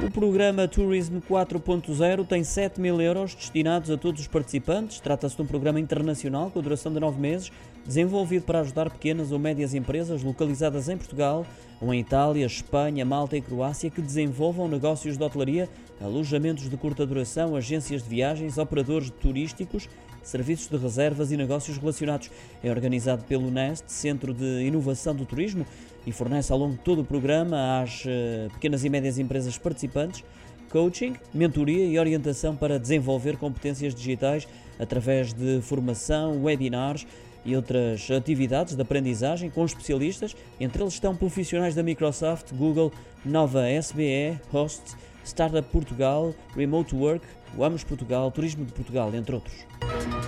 O programa Tourism 4.0 tem 7.000 euros destinados a todos os participantes. Trata-se de um programa internacional com a duração de 9 meses, desenvolvido para ajudar pequenas ou médias empresas localizadas em Portugal ou em Itália, Espanha, Malta e Croácia que desenvolvam negócios de hotelaria, alojamentos de curta duração, agências de viagens, operadores turísticos, serviços de reservas e negócios relacionados. É organizado pelo NEST, Centro de Inovação do Turismo, e fornece ao longo de todo o programa às pequenas e médias empresas participantes coaching, mentoria e orientação para desenvolver competências digitais através de formação, webinars e outras atividades de aprendizagem com especialistas. Entre eles estão profissionais da Microsoft, Google, Nova SBE, Host, Startup Portugal, Remote Work, Vamos Portugal, Turismo de Portugal, entre outros.